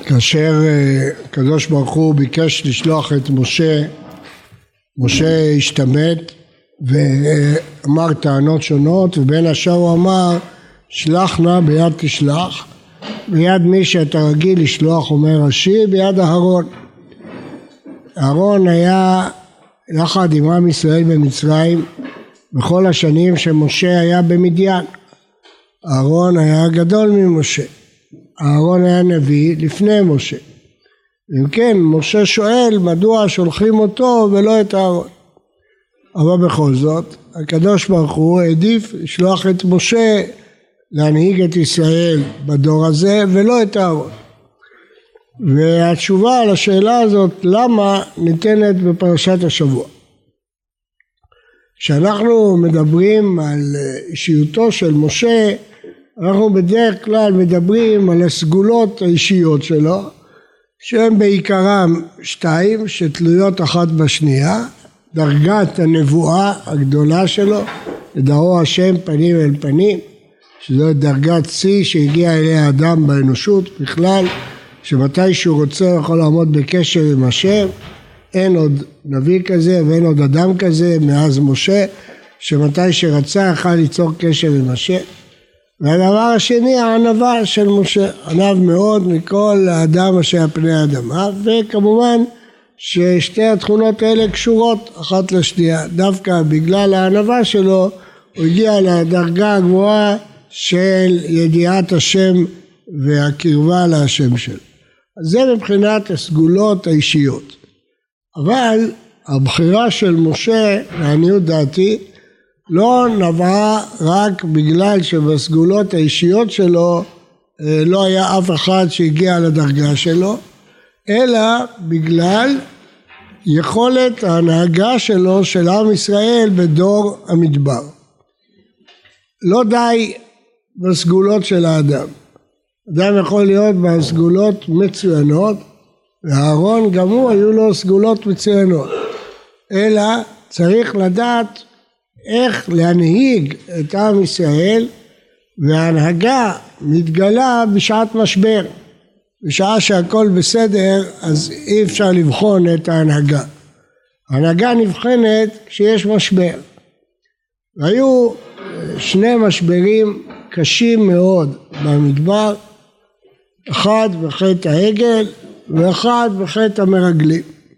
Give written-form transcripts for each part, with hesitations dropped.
כאשר הקדוש ברוך הוא ביקש לשלוח את משה, משה השתמט ואמר טענות שונות, ובין השאר הוא אמר שלח נא ביד תשלח, ביד מי שאתה רגיל לשלוח אומר רש"י, ביד אהרון. אהרון היה יחד עם עם ישראל במצרים בכל השנים שמשה היה במדיין. אהרון היה גדול ממשה, אהרון היה נביא לפני משה. אם כן, משה שואל מדוע שולחים אותו ולא את אהרון. אבל בכל זאת הקדוש ברוך הוא העדיף לשלוח את משה להנהיג את ישראל בדור הזה ולא את אהרון. והתשובה על השאלה הזאת למה ניתנת בפרשת השבוע. כשאנחנו מדברים על אישיותו של משה, אנחנו בדרך כלל מדברים על הסגולות האישיות שלו, שהן בעיקרם שתיים שתלויות אחת בשנייה, דרגת הנבואה הגדולה שלו, ידעו השם פנים אל פנים, שזו דרגת שיא שהגיע אליה אדם באנושות בכלל, שמתי שהוא רוצה יכול לעמוד בקשר עם השם. אין עוד נביא כזה ואין עוד אדם כזה מאז משה, שמתי שרצה יכול ליצור קשר עם השם. והדבר השני, הענווה של משה, ענב מאוד מכל האדם אשר על פני האדמה, וכמובן ששתי התכונות האלה קשורות אחת לשנייה. דווקא בגלל הענווה שלו הוא הגיע לדרגה הגבוהה של ידיעת השם והקרבה להשם שלו. זה מבחינת הסגולות האישיות. אבל הבחירה של משה, לעניות דעתי, לא נבעה רק בגלל שבסגולות האישיות שלו לא היה אף אחד שהגיע לדרגה שלו, אלא בגלל יכולת ההנהגה שלו של עם ישראל בדור המדבר. לא די בסגולות של האדם. אדם יכול להיות בסגולות מצוינות, ואהרון גם הוא היו לו סגולות מצוינות, אלא צריך לדעת איך להנהיג את עם ישראל, וההנהגה מתגלה בשעת משבר. בשעה שהכל בסדר אז אי אפשר לבחון את ההנהגה. ההנהגה נבחנת כשיש משבר. והיו שני משברים קשים מאוד במדבר, אחד בחטא העגל ואחד בחטא המרגלים.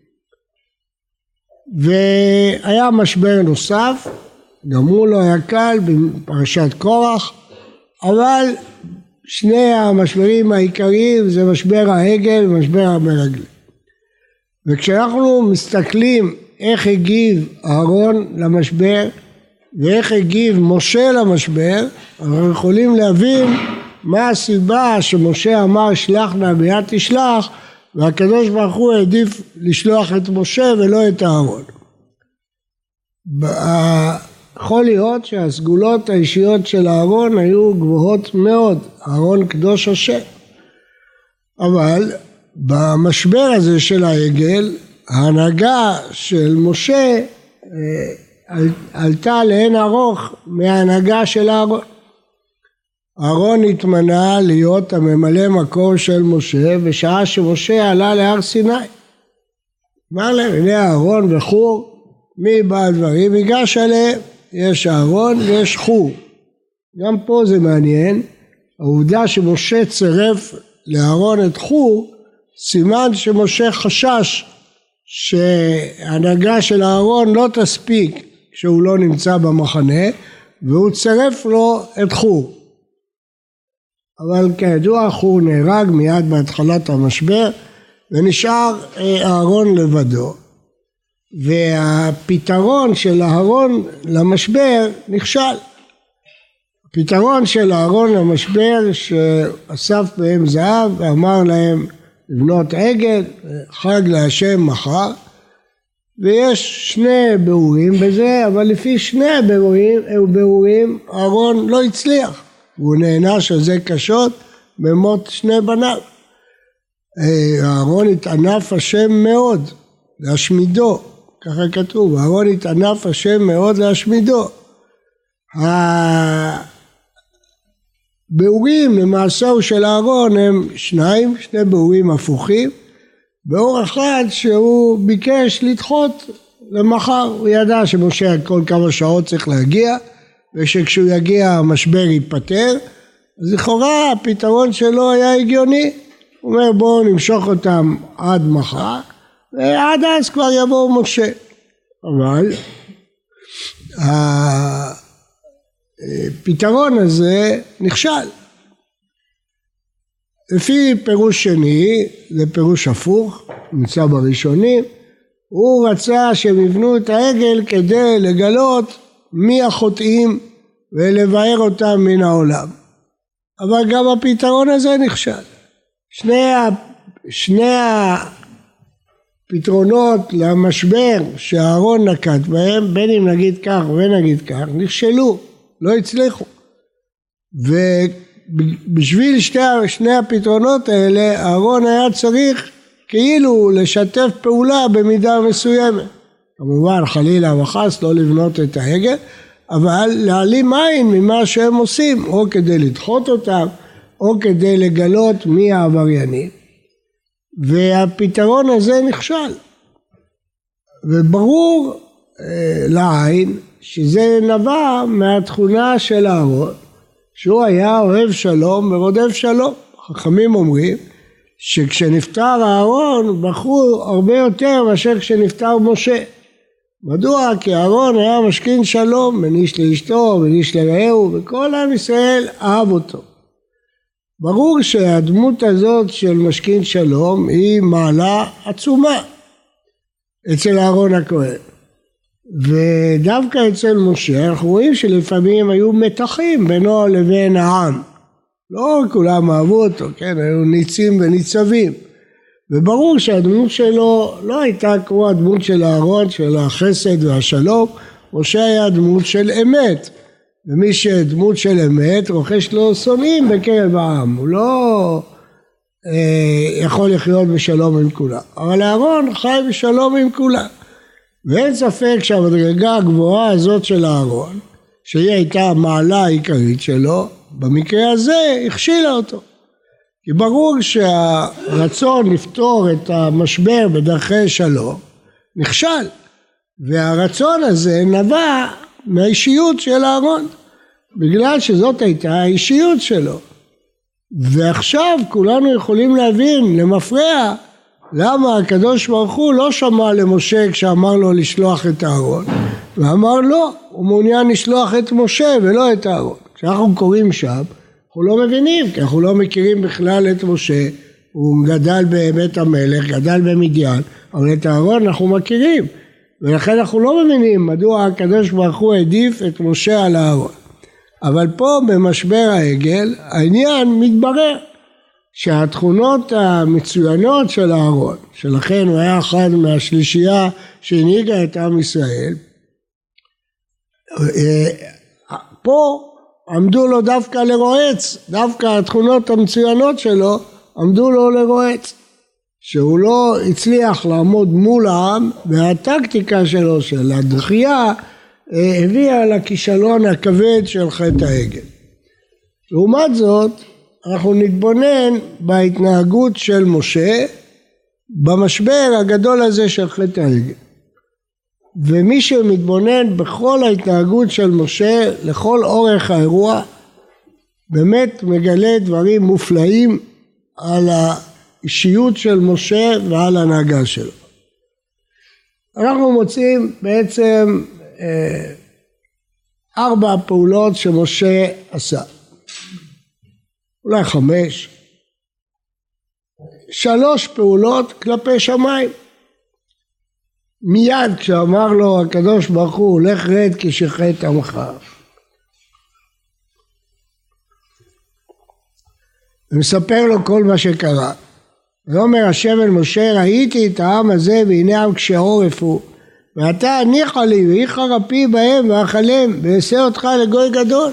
והיה משבר נוסף, גם הוא לא היה קל בפרשת קורח, אבל שני המשברים העיקריים זה משבר העגל ומשבר המרגלים. וכשאנחנו מסתכלים איך הגיב אהרון למשבר ואיך הגיב משה למשבר, אנחנו יכולים להבין מה הסיבה שמשה אמר שלח נא ביד תשלח, והקדוש ברוך הוא העדיף לשלוח את משה ולא את אהרון. יכול להיות שהסגולות האישיות של אהרון היו גבוהות מאוד, אהרון קדוש השם. אבל במשבר הזה של העגל, ההנהגה של משה עלתה לאין ארוך מההנהגה של אהרון. אהרון התמנה להיות הממלא מקום של משה בשעה שמשה עלה להר סיני. אמר להם, הנה אהרון וחור, מי בא הדברים? ייגש עליהם, יש אהרון ויש חור. גם פה זה מעניין, העובדה שמשה צירף לאהרון את חור, סימן שמשה חשש שההנהגה של אהרון לא תספיק כשהוא לא נמצא במחנה, והוא צירף לו את חור. אבל כידוע חור נהרג מיד בהתחלת המשבר, ונשאר אהרון לבדו. והפתרון של אהרון למשבר נכשל. הפתרון של אהרון למשבר שאסף בהם זהב ואמר להם לבנות עגל, חג להשם מחר, ויש שני ביאורים בזה, אבל לפי שני ביאורים אהרון לא הצליח, והוא נענש על זה קשות במות שני בניו. אהרון התענף השם מאוד להשמידו, ככה כתוב, אהרון התענף השם מאוד להשמידו. באורים למעשהו של אהרון הם שניים, שני באורים הפוכים, באור אחד שהוא ביקש לדחות למחר, הוא ידע שמשה כל כמה שעות צריך להגיע, ושכשהוא יגיע המשבר ייפטר, אז לכאורה הפתרון שלו היה הגיוני, הוא אומר בואו נמשוך אותם עד מחר, ועד אז כבר יבוא משה, אבל הפתרון הזה נכשל. לפי פירוש שני, זה פירוש הפוך, נמצא בראשונים, הוא רצה שהם יבנו את העגל כדי לגלות מי החוטאים ולבאר אותם מן העולם. אבל גם הפתרון הזה נכשל. שני הפתרונות למשבר שאהרון נקט בהם, בין אם נגיד כך ובין נגיד כך, נכשלו, לא הצליחו. ובשביל שני הפתרונות האלה, אהרון היה צריך כאילו לשתף פעולה במידה מסוימת. כמובן חלילה וחס לא לבנות את העגל, אבל להעלים עין ממה שהם עושים, או כדי לדחות אותם, או כדי לגלות מי העבריינים. והפתרון הזה נכשל. וברור לעין שזה נבע מהתכונה של אהרון, שהוא היה אוהב שלום ורודף שלום. חכמים אומרים שכשנפטר אהרון בחרו הרבה יותר מאשר כשנפטר משה. מדוע? כי אהרון היה משכין שלום בין איש לאשתו, בין איש לרעהו, וכל עם ישראל אהב אותו. ברור שהדמות הזאת של משכין שלום היא מעלה עצומה אצל אהרון הכהן. ודווקא אצל משה אנחנו רואים שלפעמים היו מתחים בינו לבין העם. לא כולם אהבו אותו, כן? היו ניצים וניצבים. וברור שהדמות שלו לא הייתה כמו הדמות של אהרון, של החסד והשלום. משה היה דמות של אמת. ומי שדמות של אמת רוכש לו שונאים בקרב העם. הוא לא יכול לחיות בשלום עם כולם. אבל אהרון חי בשלום עם כולם. ואין ספק שהמדרגה הגבוהה הזאת של אהרון, שהיא הייתה המעלה העיקרית שלו, במקרה הזה הכשילה אותו. כי ברור שהרצון לפתור את המשבר בדרכי שלום נכשל. והרצון הזה נבע מהאישיות של אהרון, בגלל שזאת הייתה האישיות שלו. ועכשיו כולנו יכולים להבין למפרע למה הקדוש ברוך הוא לא שמע למשה כשאמר לו לשלוח את אהרון, ואמר לא, הוא מעוניין לשלוח את משה ולא את אהרון. כשאנחנו קוראים שם אנחנו לא מבינים, כי אנחנו לא מכירים בכלל את משה, הוא גדל באמת המלך, גדל במדיין, אבל את אהרון אנחנו מכירים, ולכן אנחנו לא מבינים מדוע הקדוש ברוך הוא העדיף את משה על אהרון. אבל פה במשבר העגל העניין מתברר שהתכונות המצוינות של אהרון, שלכן הוא היה אחד מהשלישייה שהנהיגה את עם ישראל, פה עמדו לו דווקא לרועץ, דווקא התכונות המצוינות שלו עמדו לו לרועץ, שהוא לא הצליח לעמוד מול העם, והטקטיקה שלו של הדחייה הביאה לכישלון הכבד של חטא העגל. לעומת זאת, אנחנו נתבונן בהתנהגות של משה במשבר הגדול הזה של חטא העגל. ומי שמתבונן בכל ההתנהגות של משה לכל אורך האירוע, באמת מגלה דברים מופלאים על האישיות של משה ועל ההנהגה שלו. אנחנו מוצאים בעצם 4 פעולות שמשה עשה. אולי 5. 3 פעולות כלפי שמיים. מיד כשאמר לו הקדוש ברוך הוא, לך רד כי שחט עמך. ומספר לו כל מה שקרה. ואומר השם אל משה, ראיתי את העם הזה והנה עם קשה עורף הוא, ואתה הניחה לי ואיך רפי בהם ואכלם ואעשה אותך לגוי גדול.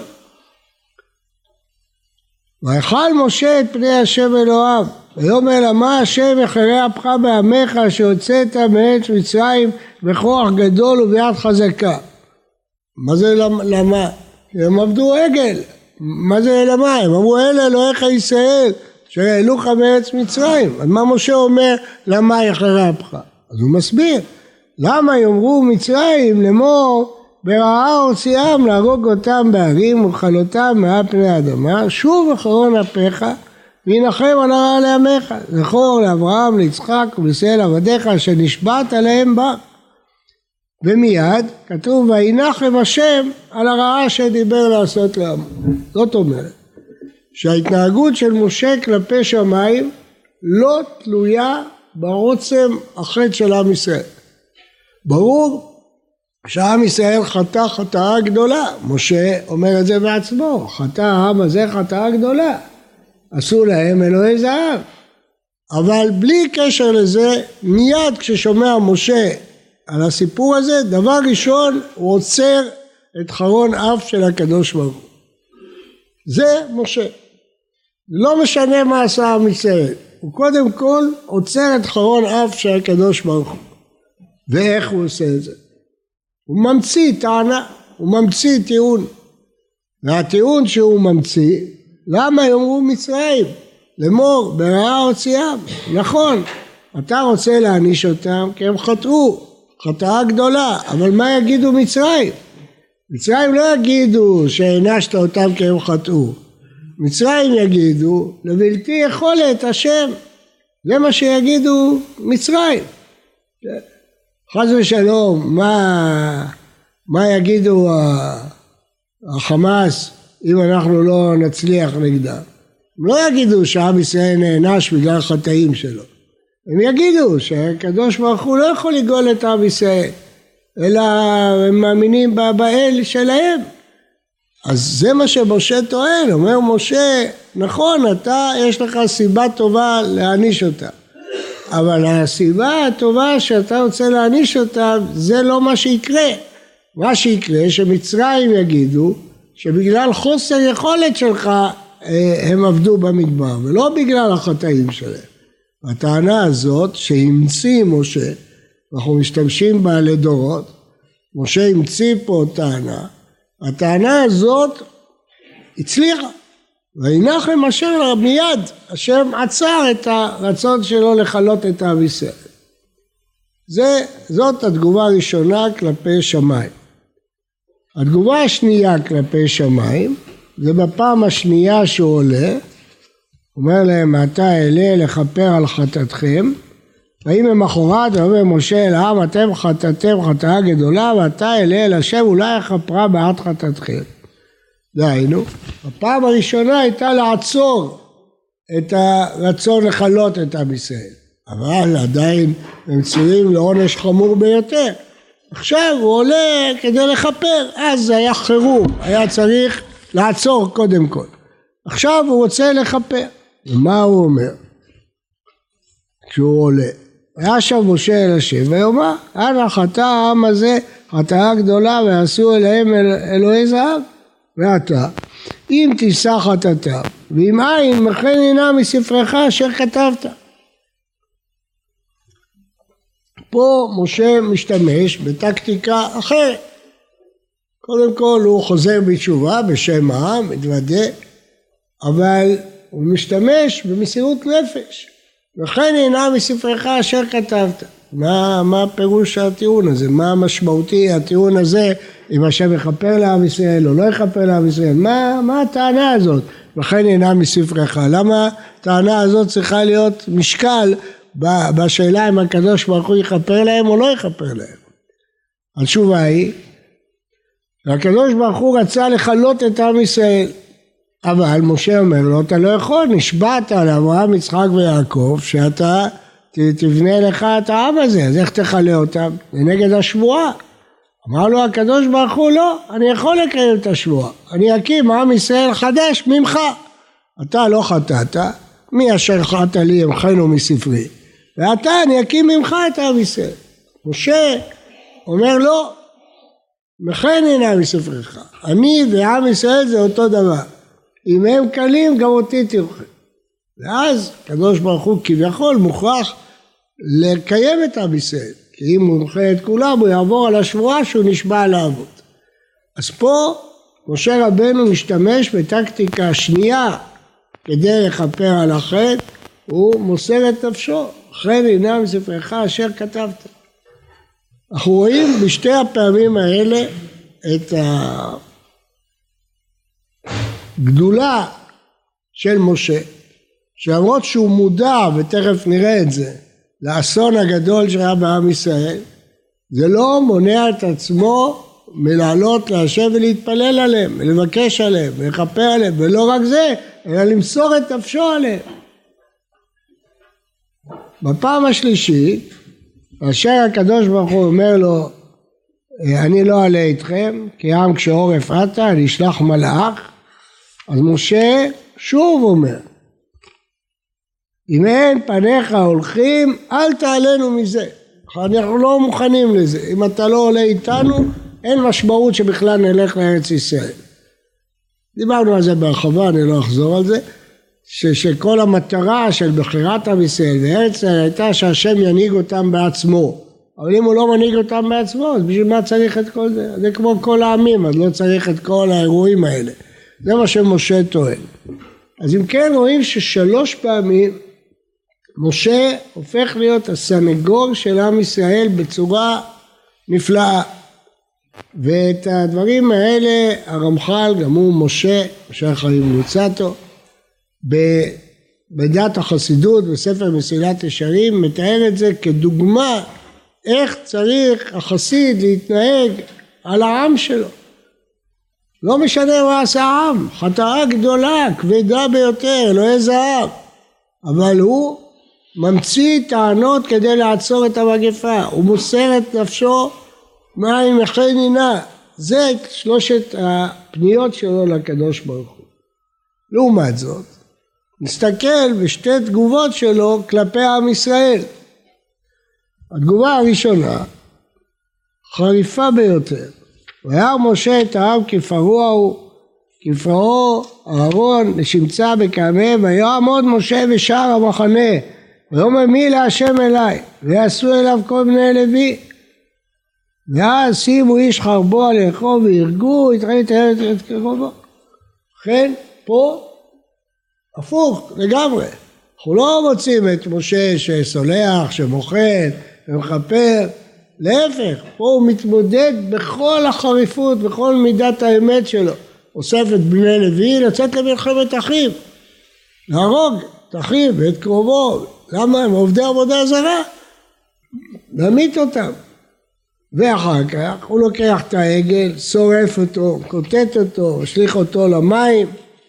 ויחל משה את פני השם אלוהיו, ויאמר לה, מה השם אחרי אפך בעמך שהוצאת מארץ מצרים בכוח גדול וביד חזקה. מה זה למה? הם עבדו עגל. מה זה אל המים? אמרו אלה אלוהיך ישראל שהעלוך מארץ מצרים. אז מה משה אומר למה יחרה אפך? אז הוא מסביר למה יאמרו מצרים לאמור ברעה הוציאם להרוג אותם בערים ולכלותם מעל פני האדמה, שוב אחרון אפיך וינחם על הרעה לעמך, זכור לאברהם ליצחק ולישראל עבדיך אשר נשבעת עליהם בה. ומיד כתוב וינחם השם על הרעה שדיבר לעשות לעמו. זאת אומרת שההתנהגות של משה כלפי שמיים לא תלויה ברוצם החטא של עם ישראל. ברור שעם ישראל חטא חטאה גדולה, משה אומר את זה בעצמו, חטא העם הזה חטאה גדולה, עשו להם אלוהי זהב. אבל בלי קשר לזה, מיד כששומע משה על הסיפור הזה, דבר ראשון הוא עוצר את חרון אף של הקדוש ברוך הוא. זה משה. לא משנה מה עשה עם ישראל, הוא קודם כל עוצר את חרון אף של הקדוש ברוך הוא. ואיך הוא עושה את זה? הוא ממציא טענה, הוא ממציא טיעון. והטיעון שהוא ממציא, למה יאמרו מצרים? לאמור ברעה הוציאם. נכון, אתה רוצה להעניש אותם כי הם חטאו, חטאה גדולה, אבל מה יגידו מצרים? מצרים לא יגידו שהענשת אותם כי הם חטאו. מצרים יגידו לבלתי יכולת השם. זה מה שיגידו מצרים. חס ושלום, מה יגידו החמאס אם אנחנו לא נצליח נגדם? הם לא יגידו שעם ישראל נענש בגלל חטאים שלו. הם יגידו שהקדוש ברוך הוא לא יכול לגאול את עם ישראל, אלא הם מאמינים באל שלהם. אז זה מה שמשה טוען, אומר משה, נכון, יש לך סיבה טובה להעניש אותה. אבל הסיבה הטובה שאתה רוצה להעניש אותם, זה לא מה שיקרה. מה שיקרה שמצרים יגידו שבגלל חוסר יכולת שלך הם עבדו במדבר, ולא בגלל החטאים שלהם. הטענה הזאת שהמציא משה, אנחנו משתמשים בה לדורות, משה המציא פה טענה, הטענה הזאת הצליחה. וינחם השם מיד, השם עצר את הרצון שלו לכלות את עם ישראל. זאת התגובה הראשונה כלפי שמיים. התגובה השנייה כלפי שמיים, זה בפעם השנייה שהוא עולה, אומר להם, אתה אלה לכפר על חטאתכם, ויהי ממחרת ואומר משה אל העם, אתם חטאתם חטאה גדולה, ואתה אלה אל השם אולי יכפרה בעד חטאתכם. דהיינו, הפעם הראשונה הייתה לעצור את הרצון לכלות את עם ישראל, אבל עדיין הם צויים לעונש חמור ביותר. עכשיו הוא עולה כדי לכפר, אז זה היה חירום, היה צריך לעצור קודם כל. עכשיו הוא רוצה לכפר. ומה הוא אומר? כשהוא עולה, וישב משה אל השם ויאמר, אנא חטא העם הזה חטאה גדולה ועשו אליהם אלוהי זהב. ואתה, אם תישא חטאתם, ואם אין, מכן הנה מספרך אשר כתבת. פה משה משתמש בטקטיקה אחרת. קודם כל הוא חוזר בתשובה בשם העם, מתוודה, אבל הוא משתמש במסירות נפש. וכן הנה מספרך אשר כתבת. מה פירוש הטיעון הזה? מה המשמעותי הטיעון הזה, אם השם יכפר לעם ישראל או לא יכפר לעם ישראל? מה הטענה הזאת? וכן הנה מספרך. למה הטענה הזאת צריכה להיות משקל בשאלה אם הקדוש ברוך הוא יכפר להם או לא יכפר להם? התשובה היא, הקדוש ברוך הוא רצה לכלות את עם ישראל, אבל משה אומר לו, אתה לא יכול, נשבעת על אברהם, יצחק ויעקב, שאתה תבנה לך את העם הזה, אז איך תכלה אותם? זה נגד השבועה. אמר לו הקדוש ברוך הוא, לא, אני יכול לקיים את השבועה, אני אקים עם ישראל חדש ממך. אתה לא חטאת, מי אשר חטא לי ימחנו מספרי, ואתה אני אקים ממך את עם ישראל. משה אומר לו, מכן הנה מספרך, אני ועם ישראל זה אותו דבר, אם הם קלים גם אותי תרחם. ואז הקדוש ברוך הוא כביכול מוכרח לקיים את עם ישראל, כי אם הוא מוכן את כולם הוא יעבור על השבועה שהוא נשבע לעבוד. אז פה משה רבנו משתמש בטקטיקה שנייה כדי לכפר על החטא, הוא מוסר את נפשו, חן הנה מספרך אשר כתבת. אנחנו רואים בשתי הפעמים האלה את הגדולה של משה, שלמרות שהוא מודע, ותכף נראה את זה, לאסון הגדול שהיה בעם ישראל, זה לא מונע את עצמו מלעלות להשם ולהתפלל עליהם, ולבקש עליהם, ולכפר עליהם, ולא רק זה, אלא למסור את נפשו עליהם. בפעם השלישית, אשר הקדוש ברוך הוא אומר לו, אני לא אעלה איתכם, כי עם כשעורף אתה, אני אשלח מלאך, אז משה שוב אומר, אם אין פניך הולכים, אל תעלנו מזה. אנחנו לא מוכנים לזה. אם אתה לא עולה איתנו, אין משמעות שבכלל נלך לארץ ישראל. דיברנו על זה בהרחבה, אני לא אחזור על זה, שכל המטרה של בחירת עם ישראל וארץ ישראל הייתה שהשם ינהיג אותם בעצמו. אבל אם הוא לא מנהיג אותם בעצמו, אז בשביל מה צריך את כל זה? זה כמו כל העמים, אז לא צריך את כל האירועים האלה. זה מה שמשה טוען. אז אם כן רואים ששלוש פעמים משה הופך להיות הסנגור של עם ישראל בצורה נפלאה. ואת הדברים האלה הרמח"ל, גם הוא משה חיים לוצאטו, בדת החסידות בספר מסילת ישרים מתאר את זה כדוגמה איך צריך החסיד להתנהג על העם שלו. לא משנה מה עשה העם, חטאה גדולה, כבדה ביותר, אלוהי זהב, אבל הוא ממציא טענות כדי לעצור את המגפה, הוא מוסר את נפשו מים מחי נינה. זה שלושת הפניות שלו לקדוש ברוך הוא. לעומת זאת, נסתכל בשתי תגובות שלו כלפי עם ישראל. התגובה הראשונה חריפה ביותר. וירא משה את העם כפרעו אהרון לשמצה בקעמיהם, ויעמוד משה בשער המחנה ויאמר מי להשם אליי, ויעשו אליו כל בני לוי, ואז שימו איש חרבו על יחו וירגו את קרובו. לכן פה הפוך לגמרי, אנחנו לא מוצאים את משה שסולח, שמוחל ומכפר, להפך, פה הוא מתמודד בכל החריפות, בכל מידת האמת שלו. אוסף את בני לוי לצאת למלחמת אחים, להרוג את אחיו ואת קרובו. למה? הם עובדי עבודה זרה, להמית אותם. ואחר כך הוא לוקח את העגל, שורף אותו, קוטט אותו, משליך אותו למים.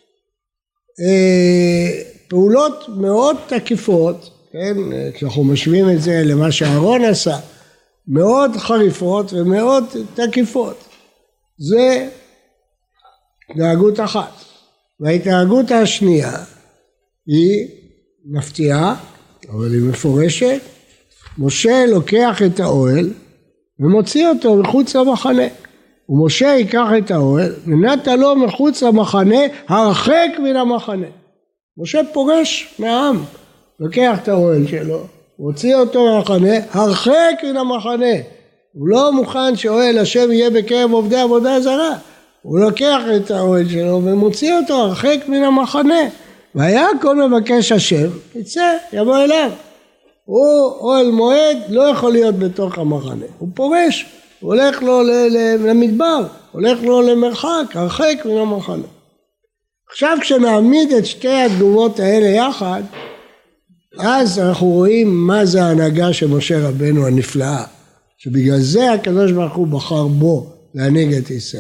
פעולות מאוד תקיפות, כן? כשאנחנו משווים את זה למה שאהרון עשה, מאוד חריפות ומאוד תקיפות. זה התנהגות אחת. וההתנהגות השנייה היא מפתיעה, אבל היא מפורשת. משה לוקח את האוהל ומוציא אותו מחוץ למחנה. ומשה ייקח את האוהל ונתן לו מחוץ למחנה, הרחק מן המחנה. משה פורש מהעם, לוקח את האוהל שלו, הוציא אותו מהמחנה, הרחק מן המחנה. הוא לא מוכן שאוהל השם יהיה בקרב עובדי עבודה זרה. הוא לוקח את האוהל שלו ומוציא אותו הרחק מן המחנה. והיה כל מבקש השם, יצא, יבוא אליו. הוא אוהל מועד לא יכול להיות בתוך המחנה. הוא פורש, הוא הולך לו למדבר, הולך לו למרחק, הרחק מן המחנה. עכשיו כשנעמיד את שתי התגובות האלה יחד, אז אנחנו רואים מה זה ההנהגה של משה רבנו הנפלאה, שבגלל זה הקדוש ברוך הוא בחר בו להנהיג את ישראל.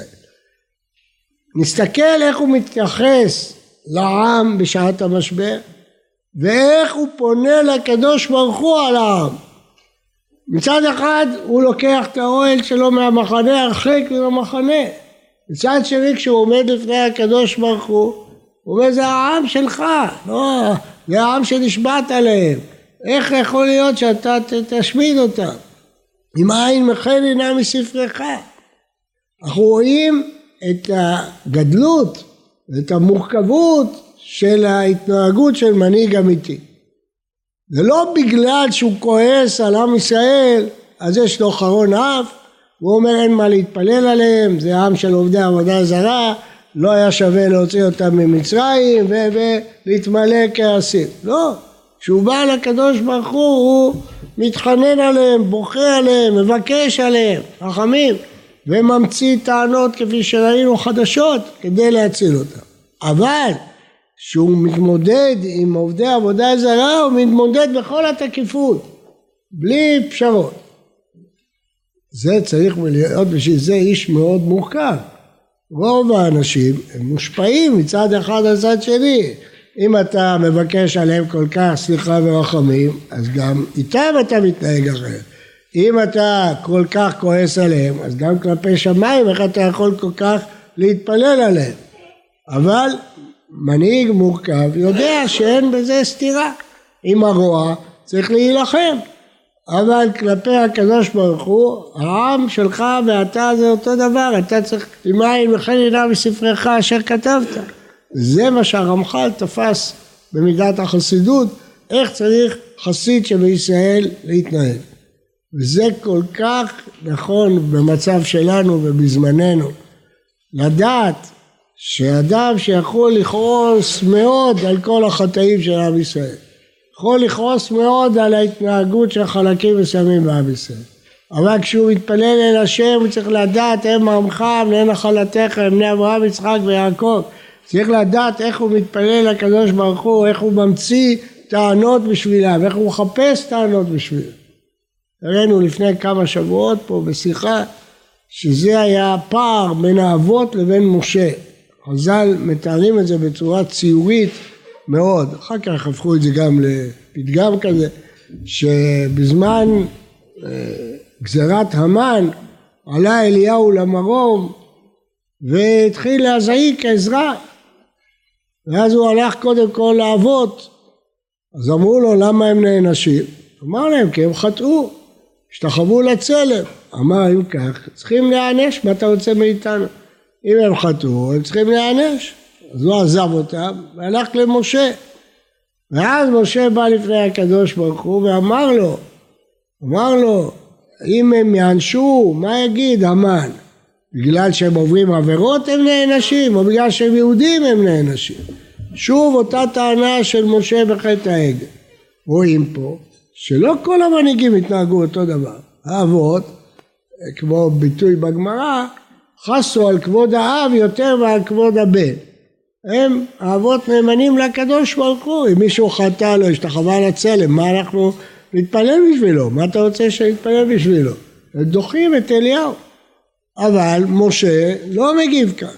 נסתכל איך הוא מתייחס לעם בשעת המשבר, ואיך הוא פונה לקדוש ברוך הוא על העם. מצד אחד הוא לוקח את האוהל שלו מהמחנה, הרחק מן המחנה. מצד שני כשהוא עומד לפני הקדוש ברוך הוא אומר זה העם שלך, לא, זה העם שנשבעת עליהם. איך יכול להיות שאתה תשמיד אותם? אם עין מחל הנה מספרך. אנחנו רואים את הגדלות ואת המורכבות של ההתנהגות של מנהיג אמיתי. זה לא בגלל שהוא כועס על עם ישראל, אז יש לו חרון אף, הוא אומר אין מה להתפלל עליהם, זה עם של עובדי עבודה זרה, לא היה שווה להוציא אותם ממצרים ולהתמלא כעסים. לא, כשהוא בא לקדוש ברוך הוא מתחנן עליהם, בוכה עליהם, מבקש עליהם, חכמים, וממציא טענות כפי שראינו חדשות כדי להציל אותם. אבל שהוא מתמודד עם עובדי עבודה זרה, הוא מתמודד בכל התקיפות, בלי פשרות. זה צריך להיות בשביל זה איש מאוד מורכב. רוב האנשים הם מושפעים מצד אחד על צד שני. אם אתה מבקש עליהם כל כך סליחה ורחמים, אז גם איתם אתה מתנהג אחרת. אם אתה כל כך כועס עליהם, אז גם כלפי שמיים, איך אתה יכול כל כך להתפלל עליהם. אבל מנהיג מורכב יודע שאין בזה סתירה. עם הרוע צריך להילחם. אבל כלפי הקדוש ברוך הוא, העם שלך ואתה זה אותו דבר, אתה צריך למען וכן ידע בספרך אשר כתבת. זה מה שהרמח"ל תפס במידת החסידות, איך צריך חסיד שבישראל להתנהל. וזה כל כך נכון במצב שלנו ובזמננו, לדעת שאדם שיכול לכעוס מאוד על כל החטאים של עם ישראל, יכול לכעוס מאוד על ההתנהגות של חלקים מסוימים בעם ישראל. אבל כשהוא מתפלל אל השם, הוא צריך לדעת הם עמך, בני נחלתך, בני אברהם, יצחק ויעקב. צריך לדעת איך הוא מתפלל לקדוש ברוך הוא, איך הוא ממציא טענות בשבילם, איך הוא מחפש טענות בשבילם. הראינו לפני כמה שבועות פה בשיחה, שזה היה פער בין האבות לבין משה. חז"ל מתארים את זה בצורה ציורית, מאוד, אחר כך הפכו את זה גם לפתגם כזה, שבזמן גזירת המן עלה אליהו למרום והתחיל להזעיק עזרה, ואז הוא הלך קודם כל לאבות, אז אמרו לו למה הם נענשים? אמר להם כי הם חטאו, השתחוו לצלם. אמר אם כך צריכים להיענש, מה אתה רוצה מאיתנו? אם הם חטאו הם צריכים להיענש. אז הוא עזב אותם והלך למשה. ואז משה בא לפני הקדוש ברוך הוא ואמר לו, אם הם יענשו, מה יגיד המן? בגלל שהם עוברים עבירות הם נענשים, או בגלל שהם יהודים הם נענשים. שוב אותה טענה של משה בחטא העגל. רואים פה שלא כל המנהיגים התנהגו אותו דבר. האבות, כמו ביטוי בגמרא, חסו על כבוד האב יותר ועל כבוד הבן. הם האבות נאמנים לקדוש ברוך הוא, אם מישהו חטא לו, השתחווה לצלם, מה אנחנו נתפלל בשבילו? מה אתה רוצה שנתפלל בשבילו? דוחים את אליהו. אבל משה לא מגיב ככה.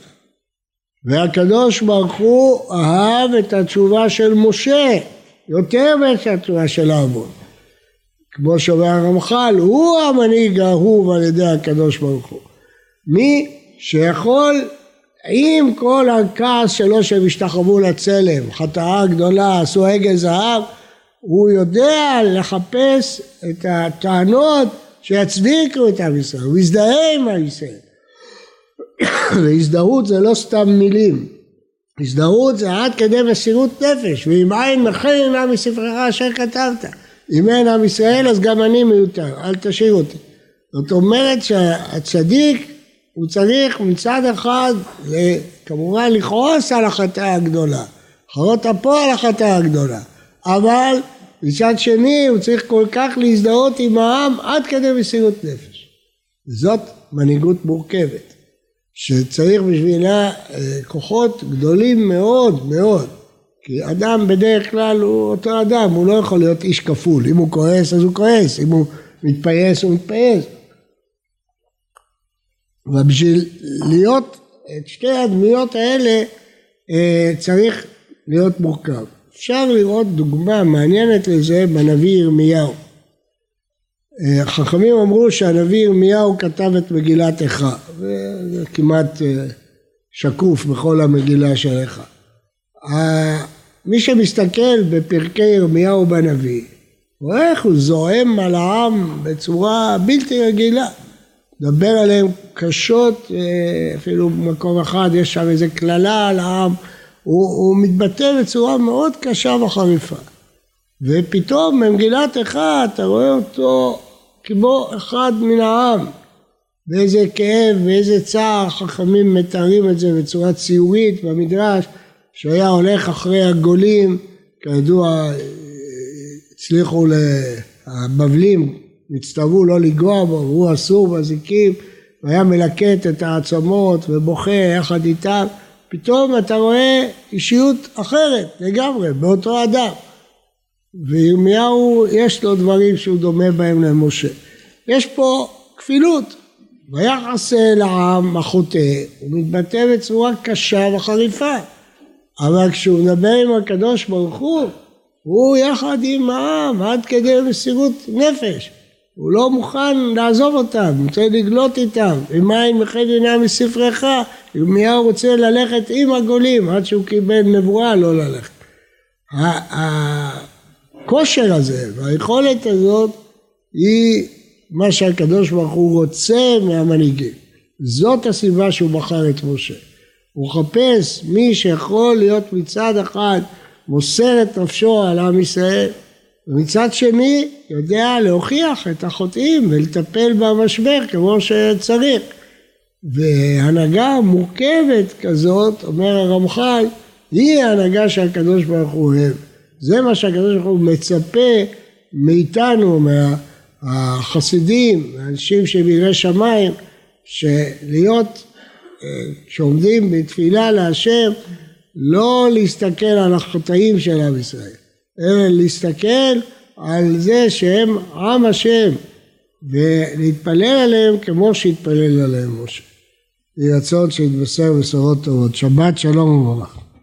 והקדוש ברוך הוא אהב את התשובה של משה, יותר מאשר התשובה של האבות. כמו שאומר הרמח"ל, הוא המנהיג האהוב על ידי הקדוש ברוך הוא. מי שיכול עם כל הכעס שלו שהם השתחוו לצלם, חטאה גדולה, עשו עגל זהב, הוא יודע לחפש את הטענות שיצדיקו את עם ישראל, הוא יזדהה עם עם ישראל. והזדהות זה לא סתם מילים, הזדהות זה עד כדי מסירות נפש, ואם אין מכן עינה מספרך אשר כתבת, אם אין עם ישראל אז גם אני מיותר, אל תשאיר אותי. זאת אומרת שהצדיק הוא צריך מצד אחד כמובן לכעוס על החטאה הגדולה, חרות אפו על החטאה הגדולה, אבל מצד שני הוא צריך כל כך להזדהות עם העם עד כדי מסירות נפש. זאת מנהיגות מורכבת, שצריך בשבילה כוחות גדולים מאוד מאוד, כי אדם בדרך כלל הוא אותו אדם, הוא לא יכול להיות איש כפול, אם הוא כועס אז הוא כועס, אם הוא מתפייס הוא מתפייס. ובשביל להיות את שתי הדמויות האלה צריך להיות מורכב. אפשר לראות דוגמה מעניינת לזה בנביא ירמיהו. החכמים אמרו שהנביא ירמיהו כתב את מגילת איכה, וזה כמעט שקוף בכל המגילה של איכה. מי שמסתכל בפרקי ירמיהו בנביא, רואה איך הוא זועם על העם בצורה בלתי רגילה. דבר עליהם קשות, אפילו במקום אחד יש שם איזה כללה על העם, הוא מתבטא בצורה מאוד קשה וחריפה. ופתאום במגילת איכה אתה רואה אותו כמו אחד מן העם. באיזה כאב ואיזה צער חכמים מתארים את זה בצורה ציורית במדרש, שהיה הולך אחרי הגולים, כידוע הצליחו הבבלים, נצטוו לא לגוע בו, והוא אסור בזיקים, והיה מלקט את העצמות ובוכה יחד איתם, פתאום אתה רואה אישיות אחרת לגמרי, באותו אדם. וירמיהו יש לו דברים שהוא דומה בהם למשה. יש פה כפילות, ביחס לעם החוטא, הוא מתבטא בצורה קשה וחריפה, אבל כשהוא מדבר עם הקדוש ברוך הוא יחד עם העם עד כדי מסירות נפש, הוא לא מוכן לעזוב אותם, הוא רוצה לגלות איתם, ומים וכן ינם מספרך, ירמיהו רוצה ללכת עם הגולים עד שהוא קיבל נבואה לא ללכת. הכושר הזה והיכולת הזאת היא מה שהקדוש ברוך הוא רוצה מהמנהיגים. זאת הסיבה שהוא בחר את משה. הוא חפש מי שיכול להיות מצד אחד מוסר את נפשו על עם ישראל, ומצד שני יודע להוכיח את החוטאים ולטפל במשבר כמו שצריך. והנהגה מורכבת כזאת, אומר הרמח"ל, היא ההנהגה שהקדוש ברוך הוא אוהב. זה מה שהקדוש ברוך הוא מצפה מאיתנו, מהחסידים, מהאנשים שבירא שמיים, שלהיות, שעומדים בתפילה להשם, לא להסתכל על החטאים של עם ישראל, אלא להסתכל על זה שהם עם השם, ולהתפלל עליהם כמו שהתפלל עליהם משה. יהיה רצון שיתבשר בשורות טובות. שבת שלום וברכה.